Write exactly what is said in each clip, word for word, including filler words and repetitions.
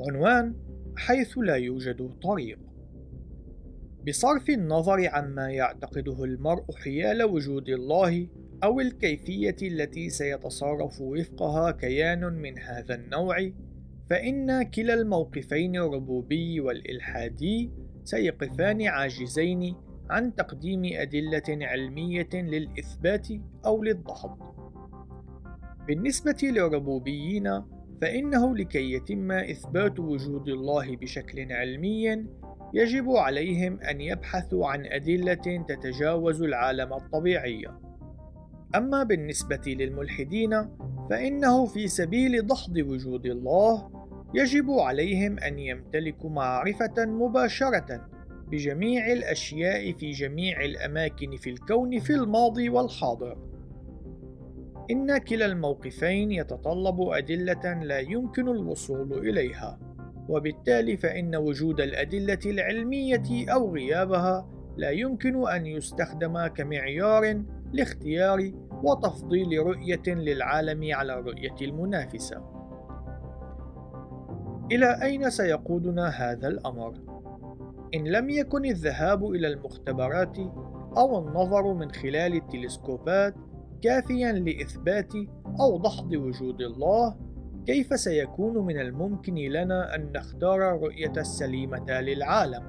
عنوان: حيث لا يوجد طريق. بصرف النظر عما يعتقده المرء حيال وجود الله أو الكيفية التي سيتصرف وفقها كيان من هذا النوع، فإن كلا الموقفين الربوبي والإلحادي سيقفان عاجزين عن تقديم أدلة علمية للإثبات أو للدحض. بالنسبة للربوبيين، فإنه لكي يتم إثبات وجود الله بشكل علمي يجب عليهم أن يبحثوا عن أدلة تتجاوز العالم الطبيعي. أما بالنسبة للملحدين، فإنه في سبيل دحض وجود الله يجب عليهم أن يمتلكوا معرفة مباشرة بجميع الأشياء في جميع الأماكن في الكون في الماضي والحاضر. إن كلا الموقفين يتطلب أدلة لا يمكن الوصول إليها، وبالتالي فإن وجود الأدلة العلمية أو غيابها لا يمكن أن يستخدم كمعيار لاختيار وتفضيل رؤية للعالم على الرؤية المنافسة. إلى أين سيقودنا هذا الأمر؟ إن لم يكن الذهاب إلى المختبرات أو النظر من خلال التلسكوبات كافيا لإثبات أو دحض وجود الله، كيف سيكون من الممكن لنا أن نختار الرؤية السليمة للعالم؟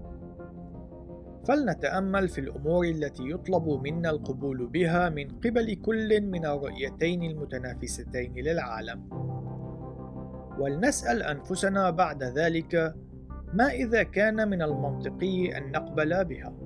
فلنتأمل في الأمور التي يطلب منا القبول بها من قبل كل من الرؤيتين المتنافستين للعالم، ولنسأل أنفسنا بعد ذلك: ما إذا كان من المنطقي أن نقبل بها؟